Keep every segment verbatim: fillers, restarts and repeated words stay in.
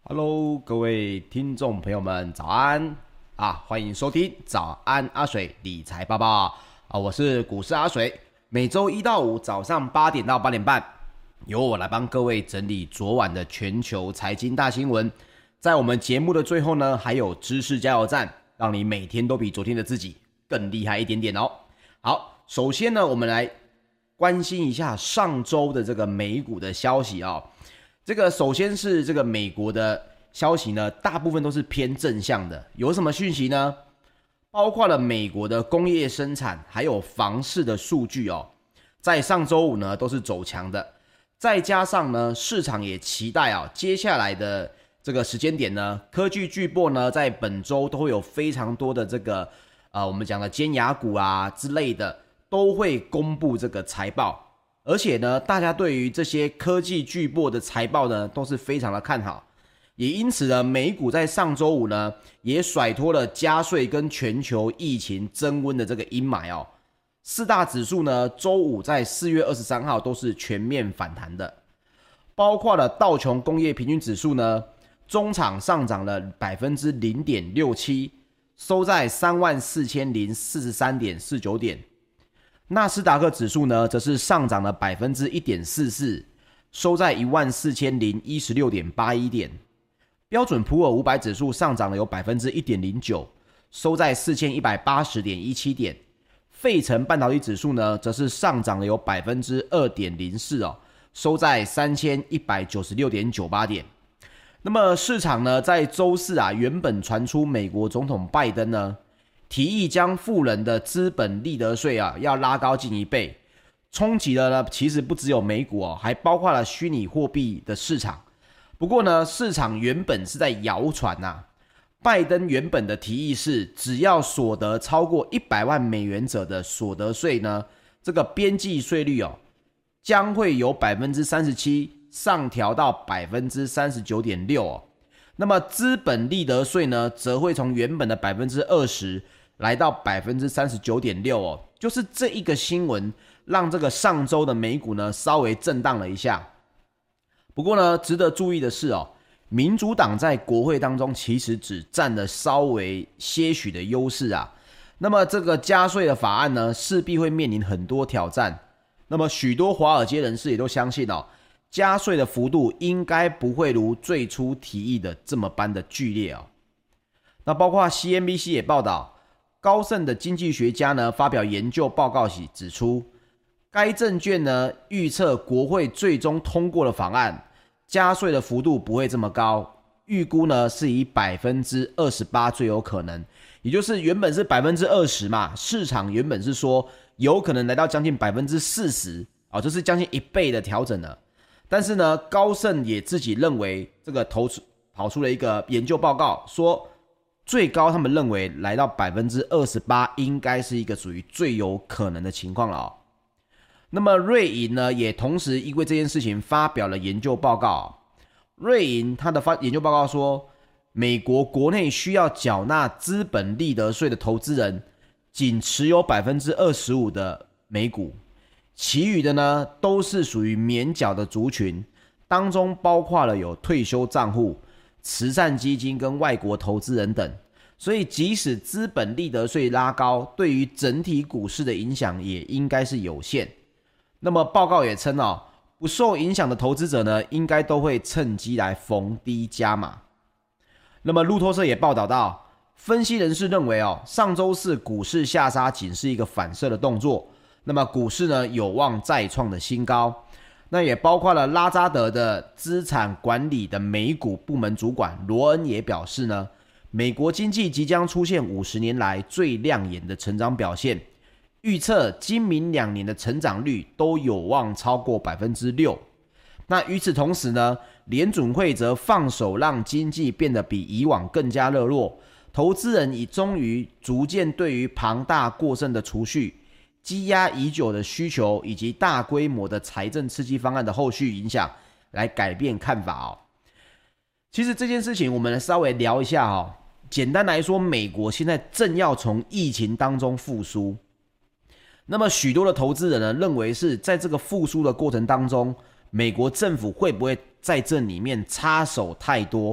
Hello，各位听众朋友们，早安啊！欢迎收听早安阿水理财报报啊！我是股市阿水，每周一到五早上八点到八点半，由我来帮各位整理昨晚的全球财经大新闻。在我们节目的最后呢，还有知识加油站，让你每天都比昨天的自己更厉害一点点哦。好，首先呢，我们来关心一下上周的这个美股的消息啊、哦。这个首先是这个美国的消息呢，大部分都是偏正向的。有什么讯息呢？包括了美国的工业生产，还有房市的数据哦，在上周五呢都是走强的。再加上呢，市场也期待啊，接下来的这个时间点呢，科技巨擘呢在本周都会有非常多的这个呃我们讲的尖牙股啊之类的，都会公布这个财报。而且呢，大家对于这些科技巨擘的财报呢，都是非常的看好，也因此呢，美股在上周五呢，也甩脱了加税跟全球疫情增温的这个阴霾哦。四大指数呢，周五在四月二十三号都是全面反弹的，包括了道琼工业平均指数呢，中场上涨了 百分之零点六七， 收在 三万四千零四十三点四九点。纳斯达克指数呢，则是上涨了 百分之一点四四， 收在 一万四千零一十六点八一点。标准普尔五百指数上涨了有 百分之一点零九， 收在 四千一百八十点一七点。费城半导体指数呢，则是上涨了有 百分之二点零四 哦，收在 三千一百九十六点九八点。那么市场呢，在周四啊，原本传出美国总统拜登呢，提议将富人的资本利得税啊要拉高近一倍，冲击了呢，其实不只有美股哦，还包括了虚拟货币的市场。不过呢，市场原本是在谣传呐、啊，拜登原本的提议是，只要所得超过一百万美元者的所得税呢，这个边际税率哦，将会由 百分之三十七 上调到 百分之三十九点六 哦。那么资本利得税呢，则会从原本的 百分之二十 来到 百分之三十九点六 哦。就是这一个新闻让这个上周的美股呢稍微震荡了一下。不过呢，值得注意的是哦，民主党在国会当中其实只占了稍微些许的优势啊。那么这个加税的法案呢，势必会面临很多挑战。那么许多华尔街人士也都相信哦，加税的幅度应该不会如最初提议的这么般的剧烈哦。那包括 C N B C 也报道，高盛的经济学家呢发表研究报告时指出，该证券呢预测国会最终通过的法案，加税的幅度不会这么高，预估呢是以 百分之二十八 最有可能，也就是原本是 百分之二十 嘛，市场原本是说有可能来到将近 百分之四十、哦、就是将近一倍的调整了。但是呢，高盛也自己认为这个投出跑出了一个研究报告，说最高他们认为来到 百分之二十八 应该是一个属于最有可能的情况了、哦。那么瑞银呢，也同时因为这件事情发表了研究报告、哦。瑞银他的发研究报告说，美国国内需要缴纳资本利得税的投资人仅持有 百分之二十五 的美股，其余的呢都是属于免缴的族群，当中包括了有退休账户、慈善基金跟外国投资人等。所以即使资本利得税拉高，对于整体股市的影响也应该是有限。那么报告也称哦，不受影响的投资者呢，应该都会趁机来逢低加码。那么路透社也报道到，分析人士认为哦，上周四股市下杀仅是一个反射的动作，那么股市呢有望再创的新高。那也包括了拉扎德的资产管理的美股部门主管罗恩也表示呢，美国经济即将出现五十年来最亮眼的成长表现，预测今明两年的成长率都有望超过 百分之六。 那与此同时呢，联准会则放手让经济变得比以往更加热络，投资人已终于逐渐对于庞大过剩的储蓄、积压已久的需求以及大规模的财政刺激方案的后续影响来改变看法哦。其实这件事情我们稍微聊一下哦。简单来说，美国现在正要从疫情当中复苏，那么许多的投资人呢认为是在这个复苏的过程当中，美国政府会不会在这里面插手太多，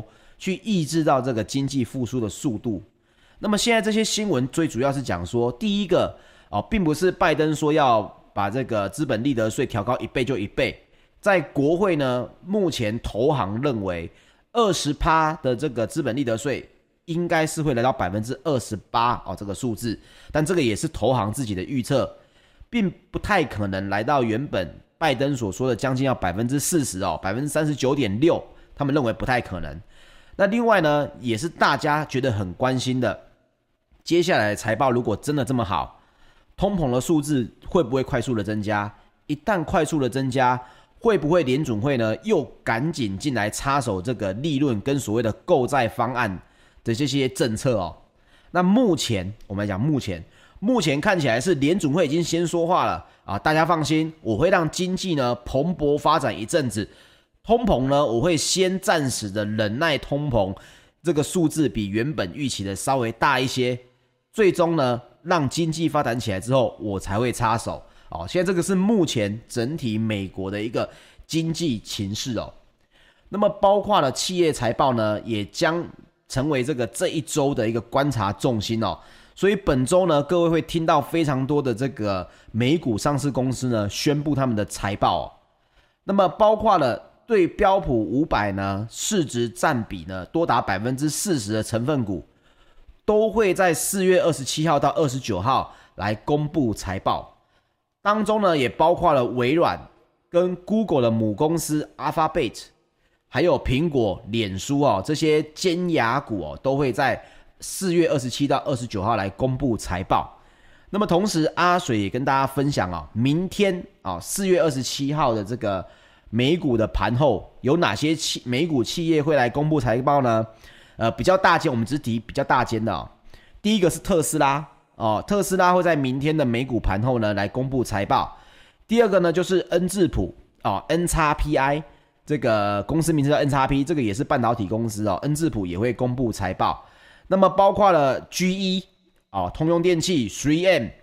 去抑制到这个经济复苏的速度。那么现在这些新闻最主要是讲说，第一个哦，并不是拜登说要把这个资本利得税调高一倍就一倍，在国会呢，目前投行认为 百分之二十 的这个资本利得税应该是会来到 百分之二十八 哦，这个数字，但这个也是投行自己的预测，并不太可能来到原本拜登所说的将近要 百分之四十 哦 百分之三十九点六， 他们认为不太可能。那另外呢，也是大家觉得很关心的，接下来的财报如果真的这么好，通膨的数字会不会快速的增加？一旦快速的增加，会不会联准会呢又赶紧进来插手这个利润跟所谓的购债方案的这些政策哦？那目前我们来讲，目前目前看起来是联准会已经先说话了啊，大家放心，我会让经济呢蓬勃发展一阵子，通膨呢我会先暂时的忍耐通膨，这个数字比原本预期的稍微大一些，最终呢让经济发展起来之后，我才会插手哦。现在这个是目前整体美国的一个经济情势哦。那么包括了企业财报呢，也将成为这个这一周的一个观察重心哦。所以本周呢，各位会听到非常多的这个美股上市公司呢宣布他们的财报哦。那么包括了对标普五百呢市值占比呢多达 百分之四十 的成分股，都会在四月二十七号到二十九号来公布财报。当中呢也包括了微软跟 Google 的母公司 Alphabet， 还有苹果、脸书哦，这些尖牙股哦都会在四月二十七到二十九号来公布财报。那么同时阿水也跟大家分享哦，明天哦四月二十七号的这个美股的盘后有哪些企美股企业会来公布财报呢？呃，比较大间，我们只提比较大间的哦。第一个是特斯拉哦，特斯拉会在明天的美股盘后呢来公布财报。第二个呢就是恩智浦哦 ，N X P I 这个公司名字叫 N X P， 这个也是半导体公司哦，恩智浦也会公布财报。那么包括了 G E 哦，通用电气、三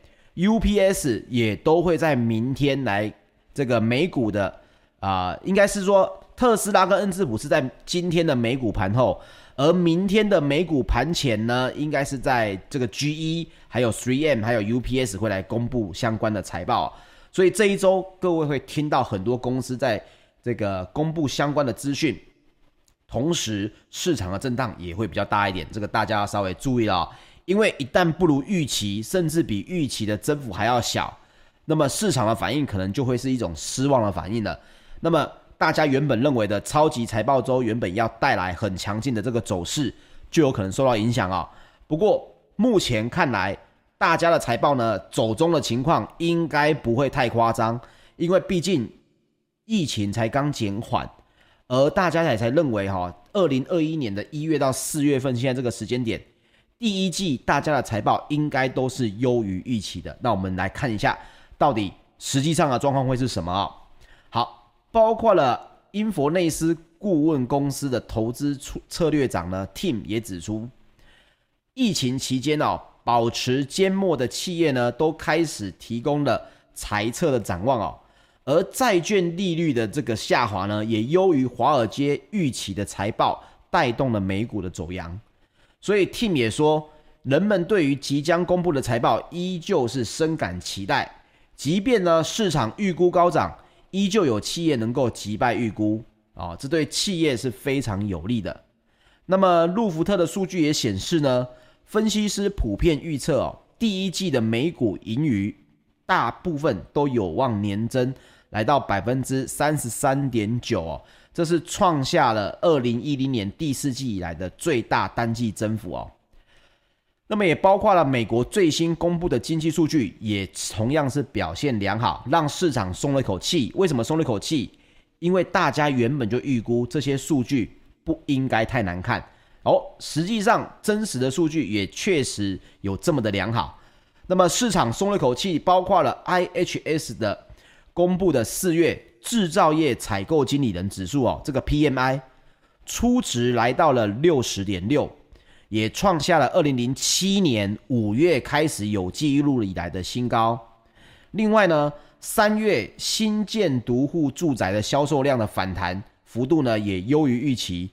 M、U P S 也都会在明天来这个美股的啊、呃，应该是说特斯拉跟恩智浦是在今天的美股盘后，而明天的美股盘前呢，应该是在这个 G E 还有 三 M 还有 U P S 会来公布相关的财报，所以这一周各位会听到很多公司在这个公布相关的资讯。同时市场的震荡也会比较大一点，这个大家要稍微注意了哦，因为一旦不如预期，甚至比预期的增幅还要小，那么市场的反应可能就会是一种失望的反应了。那么大家原本认为的超级财报周原本要带来很强劲的这个走势，就有可能受到影响哦。不过目前看来，大家的财报呢走中的情况应该不会太夸张，因为毕竟疫情才刚减缓。而大家也才认为哈，二零二一年的一月到四月份，现在这个时间点，第一季大家的财报应该都是优于预期的。那我们来看一下，到底实际上的状况会是什么哦？好，包括了英佛内斯顾问公司的投资策略长呢 Tim 也指出，疫情期间哦，保持缄默的企业呢，都开始提供了财测的展望哦。而债券利率的这个下滑呢，也优于华尔街预期的财报，带动了美股的走扬。所以 Tim 也说，人们对于即将公布的财报依旧是深感期待，即便呢市场预估高涨，依旧有企业能够击败预估啊、哦，这对企业是非常有利的。那么路福特的数据也显示呢，分析师普遍预测哦，第一季的美股盈余大部分都有望年增。来到 百分之三十三点九 哦，这是创下了二零一零年第四季以来的最大单季增幅哦。那么也包括了美国最新公布的经济数据，也同样是表现良好，让市场松了一口气。为什么松了一口气？因为大家原本就预估这些数据不应该太难看哦，实际上真实的数据也确实有这么的良好。那么市场松了一口气，包括了 I H S 的公布的四月制造业采购经理人指数哦，这个 P M I 初值来到了 六十点六， 也创下了二零零七年五月开始有记录以来的新高。另外呢，三月新建独户住宅的销售量的反弹幅度呢也优于预期，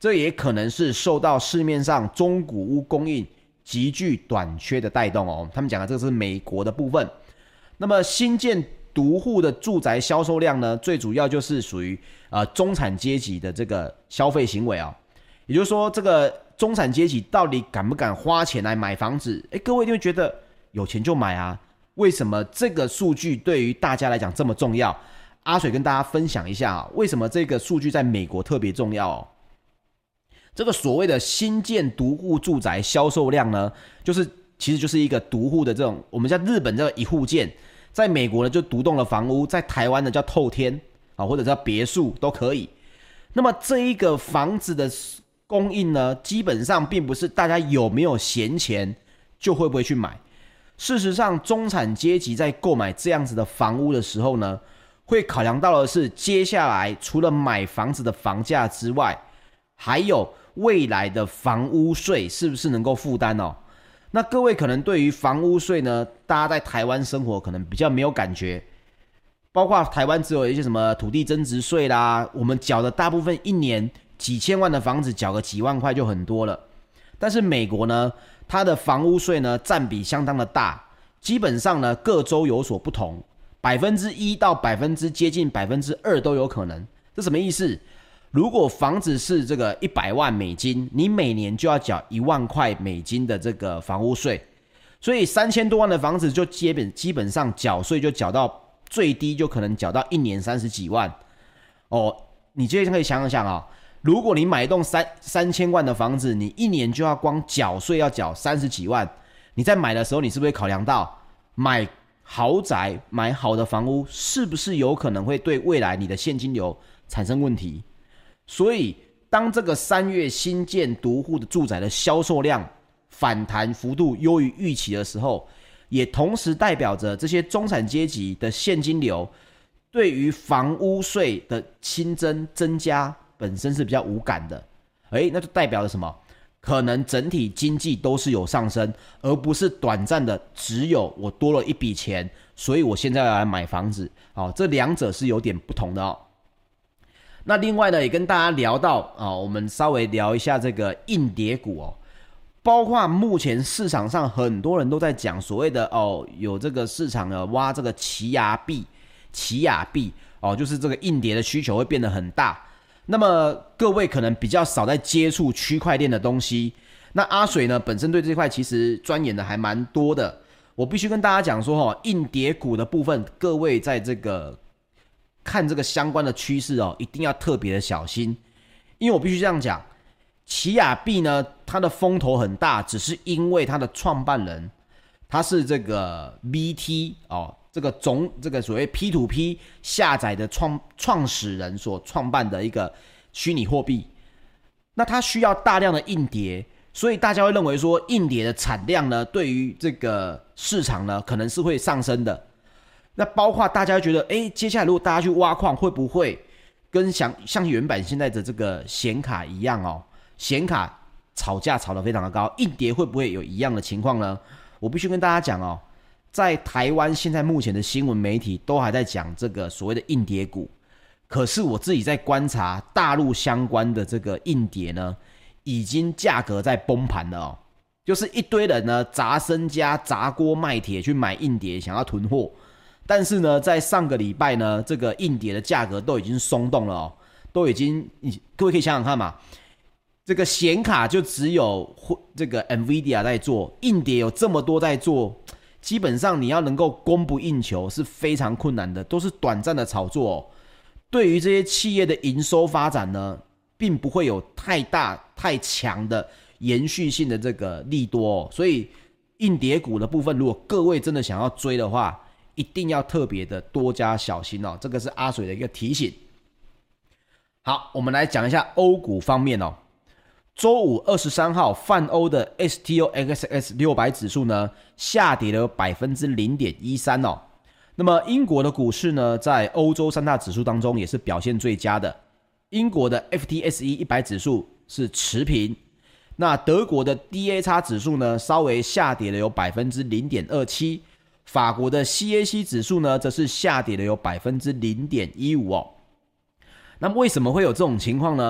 这也可能是受到市面上中古屋供应急剧短缺的带动哦。他们讲的这个是美国的部分。那么新建独户的住宅销售量呢，最主要就是属于呃中产阶级的这个消费行为哦。也就是说，这个中产阶级到底敢不敢花钱来买房子？诶，各位一定会觉得有钱就买啊。为什么这个数据对于大家来讲这么重要？阿水跟大家分享一下啊，为什么这个数据在美国特别重要哦？这个所谓的新建独户住宅销售量呢，就是其实就是一个独户的这种，我们叫日本叫一户建，在美国呢就独栋的房屋，在台湾呢叫透天啊，或者叫别墅都可以。那么这一个房子的供应呢，基本上并不是大家有没有闲钱就会不会去买。事实上，中产阶级在购买这样子的房屋的时候呢，会考量到的是接下来除了买房子的房价之外，还有未来的房屋税是不是能够负担哦？那各位可能对于房屋税呢，大家在台湾生活可能比较没有感觉，包括台湾只有一些什么土地增值税啦，我们缴的大部分一年几千万的房子缴个几万块就很多了。但是美国呢，它的房屋税呢占比相当的大，基本上呢各州有所不同，百分之一到百分之接近百分之二都有可能。这什么意思？如果房子是这个一百万美金，你每年就要缴一万块美金的这个房屋税，所以三千多万的房子就基本基本上缴税就缴到最低就可能缴到一年三十几万哦。你接着可以想想啊、哦，如果你买一栋三三千万的房子，你一年就要光缴税要缴三十几万，你在买的时候，你是不是会考量到买豪宅、买好的房屋，是不是有可能会对未来你的现金流产生问题？所以，当这个三月新建独户的住宅的销售量反弹幅度优于预期的时候，也同时代表着这些中产阶级的现金流对于房屋税的新增增加本身是比较无感的。诶，那就代表了什么？可能整体经济都是有上升，而不是短暂的只有我多了一笔钱，所以我现在要来买房子。哦，这两者是有点不同的哦。那另外呢，也跟大家聊到啊、哦，我们稍微聊一下这个硬碟股哦，包括目前市场上很多人都在讲所谓的哦，有这个市场呢挖这个奇亚币，奇亚币哦，就是这个硬碟的需求会变得很大。那么各位可能比较少在接触区块链的东西，那阿水呢本身对这块其实钻研的还蛮多的。我必须跟大家讲说哦，硬碟股的部分，各位在这个看这个相关的趋势哦，一定要特别的小心，因为我必须这样讲，奇亚币呢，它的风头很大，只是因为它的创办人他是这个 V T 哦，这个总这个所谓 P to P 下载的创创始人所创办的一个虚拟货币，那它需要大量的硬碟，所以大家会认为说硬碟的产量呢，对于这个市场呢，可能是会上升的。那包括大家觉得，哎，接下来如果大家去挖矿，会不会跟像像原版现在的这个显卡一样哦？显卡炒价炒得非常的高，硬碟会不会有一样的情况呢？我必须跟大家讲哦，在台湾现在目前的新闻媒体都还在讲这个所谓的硬碟股，可是我自己在观察大陆相关的这个硬碟呢，已经价格在崩盘了哦，就是一堆人呢砸身家砸锅卖铁去买硬碟，想要囤货。但是呢，在上个礼拜呢，这个硬碟的价格都已经松动了哦，都已经，各位可以想想看嘛，这个显卡就只有这个 Nvidia 在做，硬碟有这么多在做，基本上你要能够供不应求是非常困难的，都是短暂的炒作哦。对于这些企业的营收发展呢，并不会有太大太强的延续性的这个利多哦，所以硬碟股的部分，如果各位真的想要追的话，一定要特别的多加小心哦，这个是阿水的一个提醒。好，我们来讲一下欧股方面哦。周五二十三号，泛欧的 S T O X X 六百 指数呢下跌了 百分之零点一三 哦。那么英国的股市呢，在欧洲三大指数当中也是表现最佳的。英国的 F T S E 一百 指数是持平，那德国的 D A X 指数呢稍微下跌了有 百分之零点二七。法国的 C A C 指数呢，则是下跌了有 百分之零点一五 哦。那么为什么会有这种情况呢？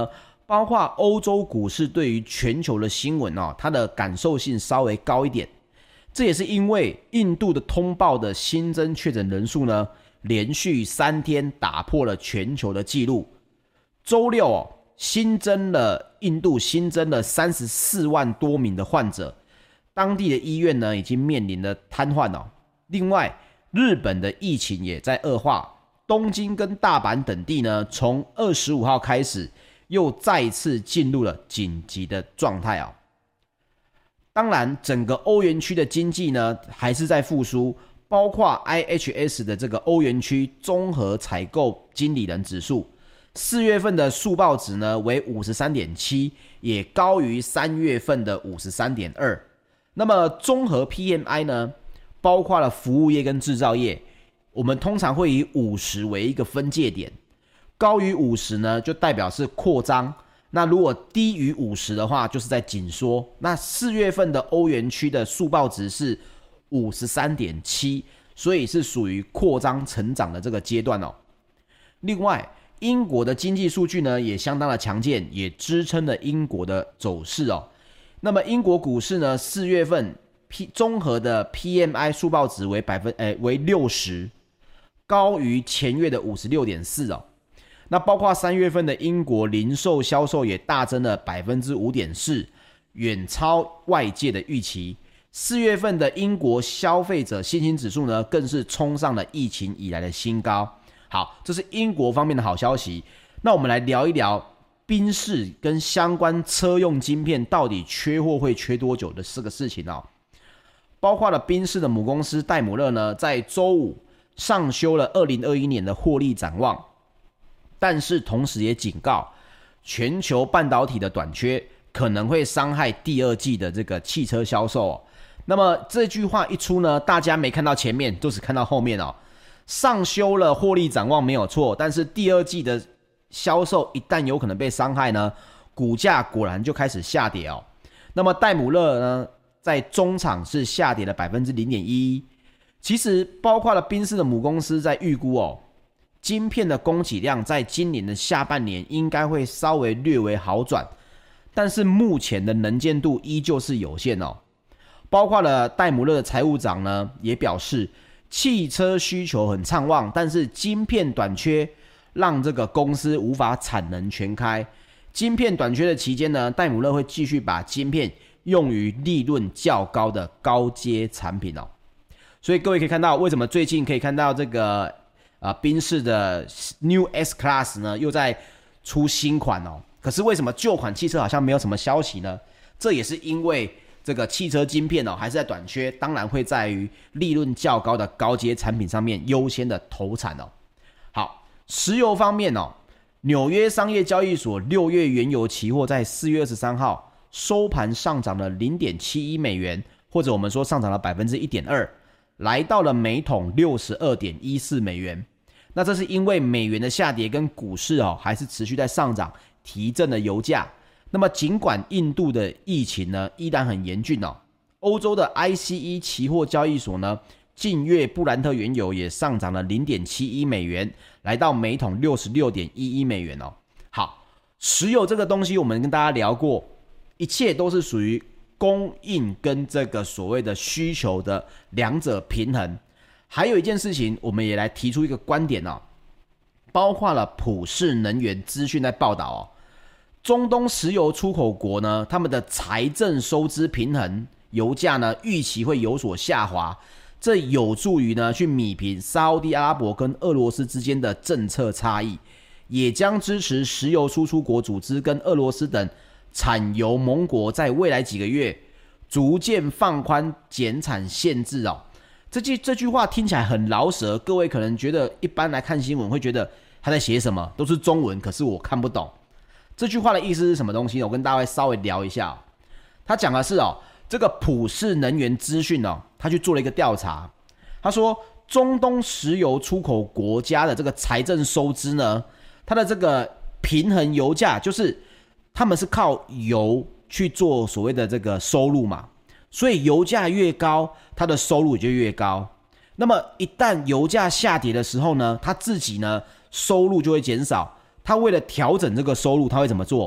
包括欧洲股市对于全球的新闻哦，它的感受性稍微高一点。这也是因为印度的通报的新增确诊人数呢，连续三天打破了全球的纪录。周六哦，新增了印度新增了三十四万多名的患者，当地的医院呢已经面临了瘫痪哦。另外，日本的疫情也在恶化，东京跟大阪等地呢，从二十五号开始又再次进入了紧急的状态哦。当然，整个欧元区的经济呢还是在复苏，包括 I H S 的这个欧元区综合采购经理人指数，四月份的速报值呢为 五十三点七， 也高于三月份的 五十三点二。那么综合 P M I 呢，包括了服务业跟制造业，我们通常会以五十为一个分界点，高于五十呢就代表是扩张，那如果低于五十的话就是在紧缩。那四月份的欧元区的速报值是 五十三点七， 所以是属于扩张成长的这个阶段哦。另外，英国的经济数据呢也相当的强健，也支撑了英国的走势哦。那么英国股市呢，四月份 P 综合的 P M I 速报值为百分诶为六十，高于前月的 五十六点四 哦。那包括三月份的英国零售销售也大增了 百分之五点四， 远超外界的预期。四月份的英国消费者信心指数呢，更是冲上了疫情以来的新高。好，这是英国方面的好消息。那我们来聊一聊宾士跟相关车用晶片到底缺货会缺多久的这个事情哦。包括了宾士的母公司戴姆勒呢，在周五上修了二零二一年的获利展望，但是同时也警告，全球半导体的短缺可能会伤害第二季的这个汽车销售哦。那么这句话一出呢，大家没看到前面，都只看到后面哦。上修了获利展望没有错，但是第二季的销售一旦有可能被伤害呢，股价果然就开始下跌哦。那么戴姆勒呢，在中场是下跌了 百分之零点一。 其实包括了宾士的母公司在预估哦，晶片的供给量在今年的下半年应该会稍微略微好转，但是目前的能见度依旧是有限哦。包括了戴姆勒的财务长呢也表示，汽车需求很畅旺，但是晶片短缺让这个公司无法产能全开。晶片短缺的期间呢，戴姆勒会继续把晶片用于利润较高的高阶产品哦。所以各位可以看到，为什么最近可以看到这个呃宾士的 New S Class 呢又在出新款哦？可是为什么旧款汽车好像没有什么消息呢？这也是因为这个汽车晶片哦还是在短缺，当然会在于利润较高的高阶产品上面优先的投产哦。好，石油方面哦，纽约商业交易所六月原油期货在四月二十三号收盘上涨了 零点七一美元，或者我们说上涨了 百分之一点二， 来到了每桶 六十二点一四美元。那这是因为美元的下跌跟股市哦还是持续在上涨，提振了油价。那么尽管印度的疫情呢依然很严峻哦，欧洲的 I C E 期货交易所呢，近月布兰特原油也上涨了 零点七一美元，来到每桶 六十六点一一美元哦。好，石油这个东西我们跟大家聊过，一切都是属于供应跟这个所谓的需求的两者平衡。还有一件事情，我们也来提出一个观点哦，包括了普世能源资讯在报道哦，中东石油出口国呢，他们的财政收支平衡，油价呢预期会有所下滑，这有助于呢去弭平沙烏地阿拉伯跟俄罗斯之间的政策差异，也将支持石油输出国组织跟俄罗斯等产油盟国在未来几个月逐渐放宽减产限制哦。这句这句话听起来很饶舌，各位可能觉得一般来看新闻会觉得他在写什么，都是中文，可是我看不懂。这句话的意思是什么东西呢？我跟大家稍微聊一下哦。他讲的是哦，这个普世能源资讯哦，他去做了一个调查。他说，中东石油出口国家的这个财政收支呢，它的这个平衡油价，就是他们是靠油去做所谓的这个收入嘛，所以油价越高，它的收入也就越高。那么一旦油价下跌的时候呢，他自己呢收入就会减少。他为了调整这个收入，他会怎么做？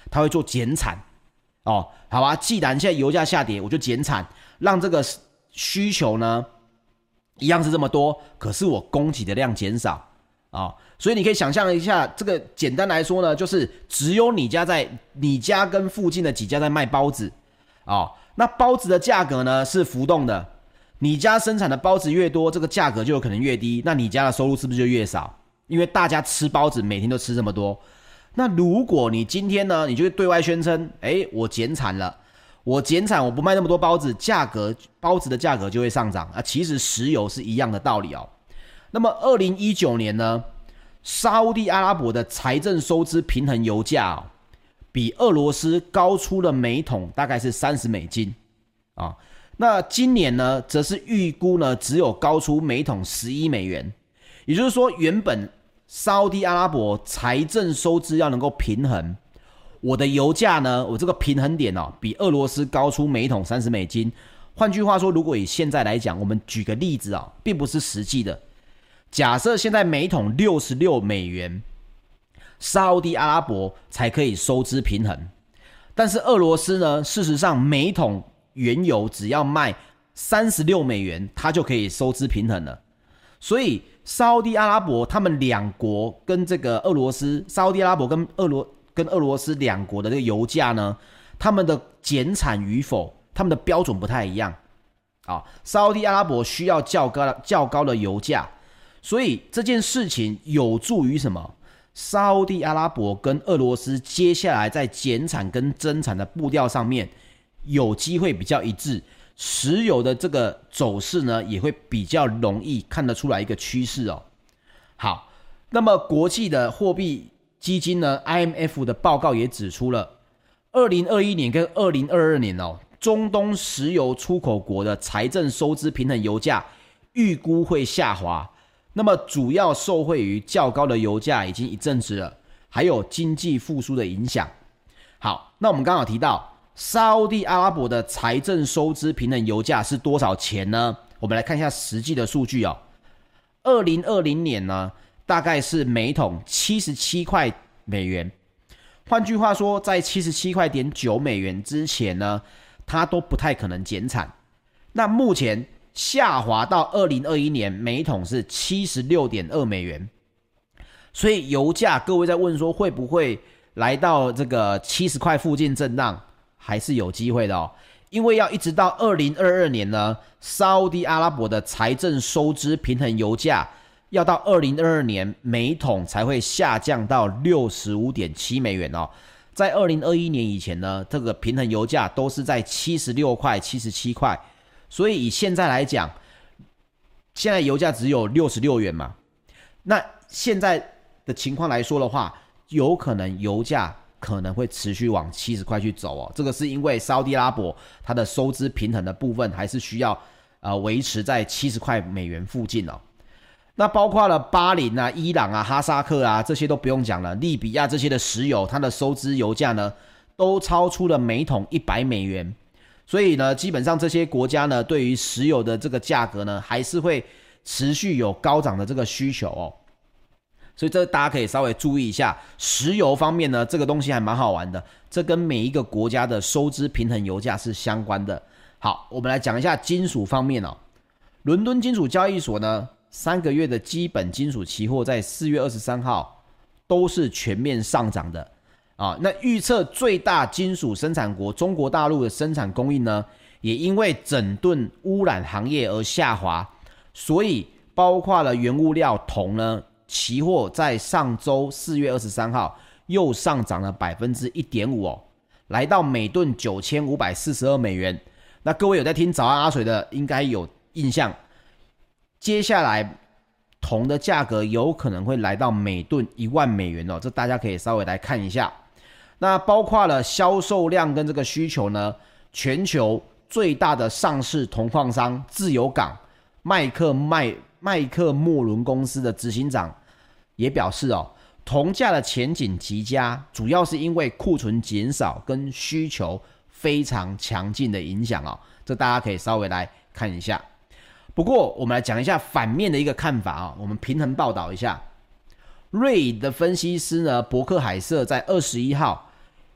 它会做减产哦，好吧，既然现在油价下跌，我就减产，让这个需求呢一样是这么多，可是我供给的量减少啊、哦，所以你可以想象一下，这个简单来说呢，就是只有你家在你家跟附近的几家在卖包子啊、哦，那包子的价格呢是浮动的，你家生产的包子越多，这个价格就有可能越低，那你家的收入是不是就越少？因为大家吃包子每天都吃这么多，那如果你今天呢，你就对外宣称，诶，我减产了，我减产，我不卖那么多包子，价格包子的价格就会上涨啊。其实石油是一样的道理哦。那么二零一九年呢，沙烏地阿拉伯的财政收支平衡油价、哦、比俄罗斯高出了每桶大概是三十美金啊。那今年呢，则是预估呢只有高出每桶十一美元。也就是说，原本沙烏地阿拉伯财政收支要能够平衡，我的油价呢，我这个平衡点哦，比俄罗斯高出每桶三十美金。换句话说，如果以现在来讲，我们举个例子啊、哦，并不是实际的。假设现在每桶六十六美元，沙烏地阿拉伯才可以收支平衡，但是俄罗斯呢，事实上每桶原油只要卖三十六美元，它就可以收支平衡了。所以沙烏地阿拉伯他们两国跟这个俄罗斯，沙烏地阿拉伯跟俄罗跟俄罗斯两国的这个油价呢，他们的减产与否，他们的标准不太一样啊。沙烏地阿拉伯需要较高的较高的油价，所以这件事情有助于什么？沙烏地阿拉伯跟俄罗斯接下来在减产跟增产的步调上面有机会比较一致。石油的这个走势呢，也会比较容易看得出来一个趋势哦。好，那么国际的货币基金呢 I M F 的报告也指出了，二零二一年跟二零二二年哦，中东石油出口国的财政收支平衡油价预估会下滑。那么主要受惠于较高的油价已经一阵子了，还有经济复苏的影响。好，那我们刚好提到沙烏地阿拉伯的财政收支平衡油价是多少钱呢？我们来看一下实际的数据哦。二零二零年呢，大概是每桶七十七块美元。换句话说，在七十七块点九美元之前呢，它都不太可能减产。那目前下滑到二零二一年，每桶是七十六点二美元。所以油价，各位在问说会不会来到这个七十块附近震荡？还是有机会的哦，因为要一直到二零二二年呢，沙烏地阿拉伯的财政收支平衡油价要到二零二二年每桶才会下降到 六十五点七美元哦。在二零二一年以前呢，这个平衡油价都是在七十六块、七十七块，所以以现在来讲，现在油价只有六十六元嘛，那现在的情况来说的话，有可能油价可能会持续往七十块去走哦，这个是因为沙烏地阿拉伯它的收支平衡的部分还是需要呃维持在七十块美元附近哦。那包括了巴林啊、伊朗啊、哈萨克啊，这些都不用讲了，利比亚这些的石油，它的收支油价呢都超出了每桶一百美元，所以呢，基本上这些国家呢对于石油的这个价格呢还是会持续有高涨的这个需求哦。所以这大家可以稍微注意一下，石油方面呢，这个东西还蛮好玩的，这跟每一个国家的收支平衡油价是相关的。好，我们来讲一下金属方面哦。伦敦金属交易所呢，三个月的基本金属期货在四月二十三号都是全面上涨的啊。那预测最大金属生产国中国大陆的生产供应呢，也因为整顿污染行业而下滑，所以包括了原物料铜呢，期货在上周四月二十三号又上涨了 百分之一点五 哦，来到每吨九千五百四十二美元。那各位有在听早安阿水的应该有印象，接下来铜的价格有可能会来到每吨一万美元哦，这大家可以稍微来看一下。那包括了销售量跟这个需求呢，全球最大的上市铜矿商自由港麦克麦麦克莫伦公司的执行长也表示哦，铜价的前景极佳，主要是因为库存减少跟需求非常强劲的影响哦，这大家可以稍微来看一下。不过我们来讲一下反面的一个看法哦，我们平衡报道一下。瑞银的分析师呢，伯克海瑟在二十一号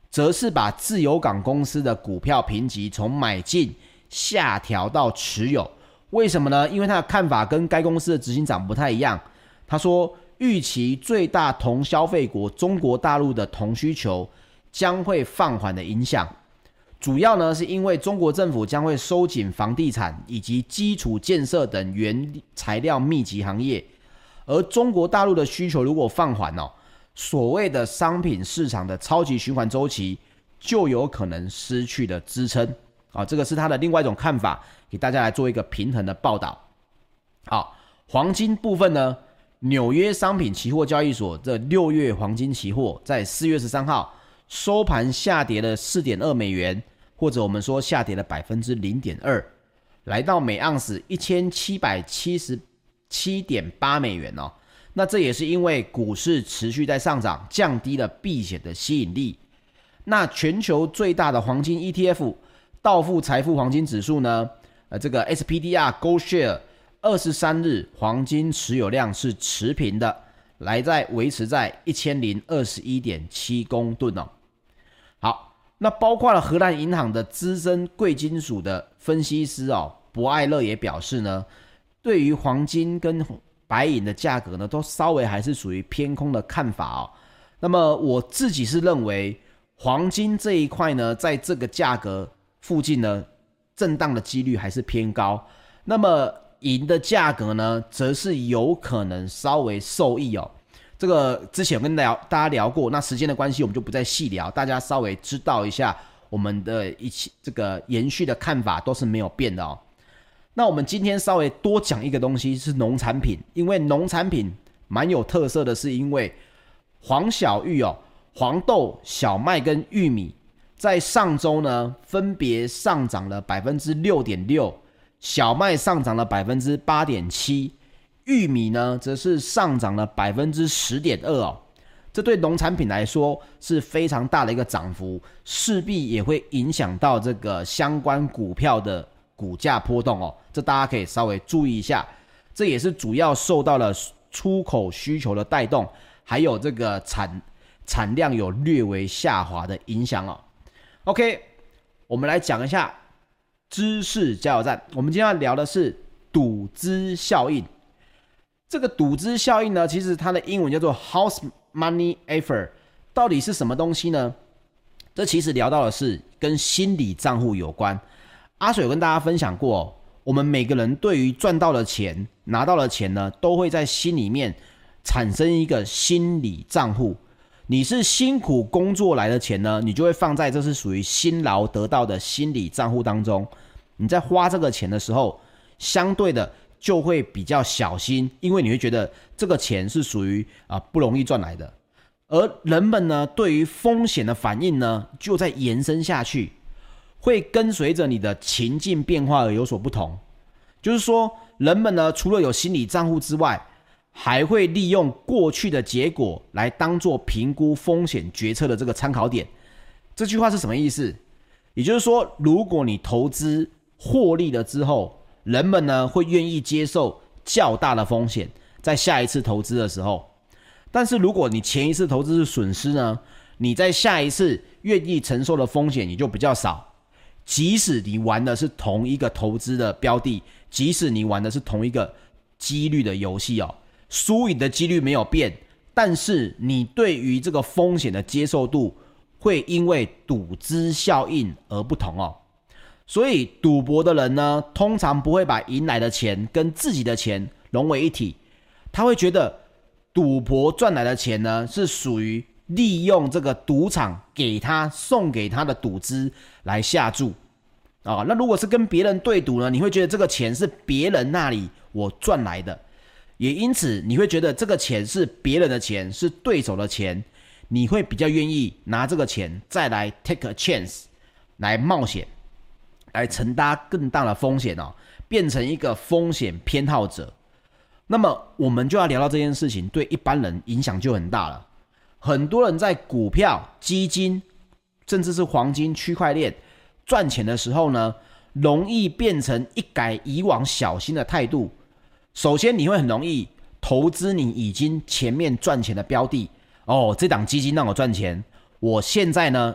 则是把自由港公司的股票评级从买进下调到持有。为什么呢？因为他的看法跟该公司的执行长不太一样。他说，预期最大铜消费国中国大陆的铜需求将会放缓的影响，主要呢是因为中国政府将会收紧房地产以及基础建设等原材料密集行业，而中国大陆的需求如果放缓哦，所谓的商品市场的超级循环周期就有可能失去了支撑啊，这个是他的另外一种看法，给大家来做一个平衡的报道。好，黄金部分呢，纽约商品期货交易所这六月黄金期货在四月十三号收盘下跌了 四点二美元，或者我们说下跌了 百分之零点二， 来到每盎司一千七百七十七点八美元哦。那这也是因为股市持续在上涨，降低了避险的吸引力。那全球最大的黄金 E T F 道富财富黄金指数呢，呃，这个 S P D R Gold Share 二十三日黄金持有量是持平的，来在维持在一千零二十一点七公吨哦。好，那包括了荷兰银行的资深贵金属的分析师哦，博艾勒也表示呢，对于黄金跟白银的价格呢，都稍微还是属于偏空的看法哦。那么我自己是认为，黄金这一块呢，在这个价格附近呢，震荡的几率还是偏高。那么银的价格呢，则是有可能稍微受益哦。这个之前有跟大家聊过，那时间的关系我们就不再细聊，大家稍微知道一下我们的一起这个延续的看法都是没有变的哦。那我们今天稍微多讲一个东西是农产品，因为农产品蛮有特色的，是因为黄小玉哦，黄豆、小麦跟玉米在上周呢分别上涨了 百分之六点六， 小麦上涨了 百分之八点七， 玉米呢则是上涨了 百分之十点二 哦。这对农产品来说是非常大的一个涨幅，势必也会影响到这个相关股票的股价波动哦，这大家可以稍微注意一下。这也是主要受到了出口需求的带动，还有这个产产量有略微下滑的影响哦。OK， 我们来讲一下知识加油站。我们今天要聊的是赌资效应。这个赌资效应呢，其实它的英文叫做 House Money Effect， 到底是什么东西呢？这其实聊到的是跟心理账户有关。阿水有跟大家分享过哦，我们每个人对于赚到的钱、拿到的钱呢，都会在心里面产生一个心理账户。你是辛苦工作来的钱呢，你就会放在这是属于辛劳得到的心理账户当中。你在花这个钱的时候，相对的就会比较小心，因为你会觉得这个钱是属于啊、呃、不容易赚来的。而人们呢，对于风险的反应呢，就在延伸下去，会跟随着你的情境变化而有所不同。就是说，人们呢，除了有心理账户之外，还会利用过去的结果来当作评估风险决策的这个参考点。这句话是什么意思？也就是说，如果你投资获利了之后，人们呢会愿意接受较大的风险，在下一次投资的时候。但是如果你前一次投资是损失呢，你在下一次愿意承受的风险也就比较少。即使你玩的是同一个投资的标的，即使你玩的是同一个几率的游戏哦，输赢的几率没有变，但是你对于这个风险的接受度会因为赌资效应而不同哦。所以赌博的人呢，通常不会把赢来的钱跟自己的钱融为一体，他会觉得赌博赚来的钱呢，是属于利用这个赌场给他送给他的赌资来下注啊。那如果是跟别人对赌呢，你会觉得这个钱是别人那里我赚来的，也因此你会觉得这个钱是别人的钱，是对手的钱，你会比较愿意拿这个钱再来 take a chance 来冒险，来承担更大的风险哦，变成一个风险偏好者。那么我们就要聊到这件事情，对一般人影响就很大了。很多人在股票、基金，甚至是黄金、区块链赚钱的时候呢，容易变成一改以往小心的态度。首先，你会很容易投资你已经前面赚钱的标的。哦，这档基金让我赚钱，我现在呢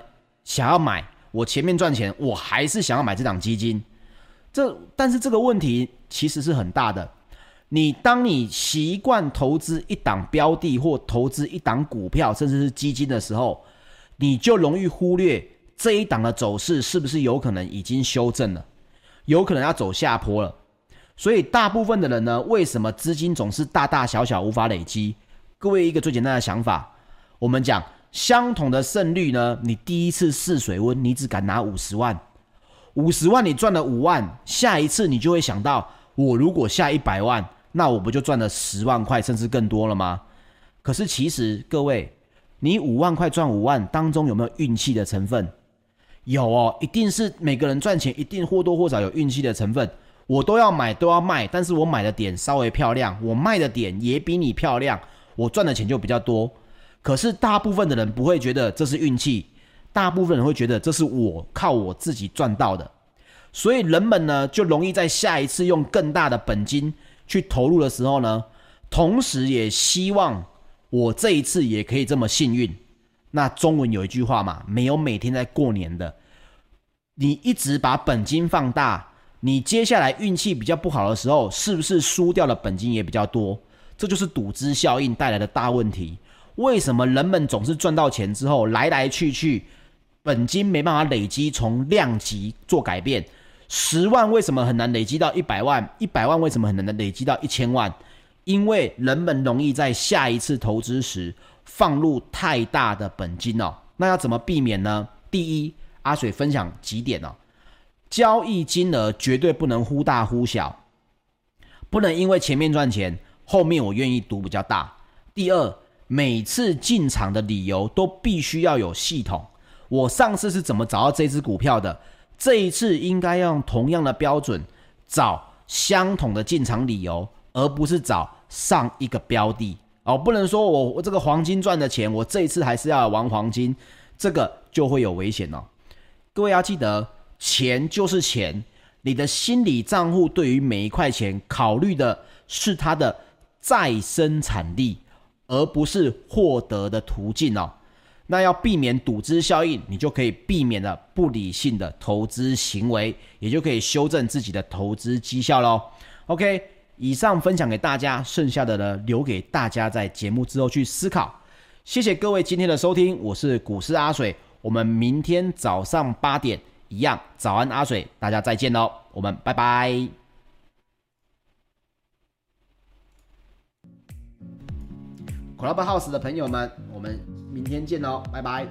想要买，我前面赚钱，我还是想要买这档基金。这但是这个问题其实是很大的。你当你习惯投资一档标的或投资一档股票，甚至是基金的时候，你就容易忽略这一档的走势是不是有可能已经修正了，有可能要走下坡了。所以大部分的人呢，为什么资金总是大大小小无法累积？各位一个最简单的想法，我们讲相同的胜率呢，你第一次试水温，你只敢拿五十万，五十万你赚了五万，下一次你就会想到，我如果下一百万，那我不就赚了十万块甚至更多了吗？可是其实各位，你五万块赚五万当中有没有运气的成分？有哦，一定是每个人赚钱一定或多或少有运气的成分。我都要买都要卖，但是我买的点稍微漂亮，我卖的点也比你漂亮，我赚的钱就比较多。可是大部分的人不会觉得这是运气，大部分人会觉得这是我靠我自己赚到的。所以人们呢就容易在下一次用更大的本金去投入的时候呢，同时也希望我这一次也可以这么幸运。那中文有一句话嘛，没有每天在过年的。你一直把本金放大，你接下来运气比较不好的时候，是不是输掉的本金也比较多？这就是赌资效应带来的大问题。为什么人们总是赚到钱之后来来去去，本金没办法累积，从量级做改变？十万为什么很难累积到一百万？一百万为什么很难累积到一千万？因为人们容易在下一次投资时放入太大的本金哦。那要怎么避免呢？第一，阿水分享几点哦。交易金额绝对不能忽大忽小，不能因为前面赚钱，后面我愿意赌比较大。第二，每次进场的理由都必须要有系统。我上次是怎么找到这支股票的？这一次应该要用同样的标准找相同的进场理由，而不是找上一个标的哦。不能说我我这个黄金赚的钱，我这一次还是要玩黄金，这个就会有危险哦。各位要记得，钱就是钱，你的心理账户对于每一块钱考虑的是它的再生产力，而不是获得的途径哦。那要避免赌资效应，你就可以避免了不理性的投资行为，也就可以修正自己的投资绩效咯。 OK， 以上分享给大家，剩下的呢留给大家在节目之后去思考。谢谢各位今天的收听，我是股市阿水，我们明天早上八点一样，早安阿水，大家再见咯，我们拜拜。Clubhouse 的朋友们，我们明天见咯，拜拜。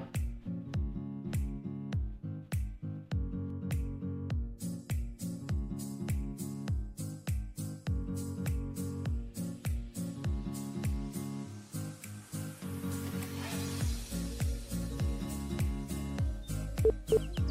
you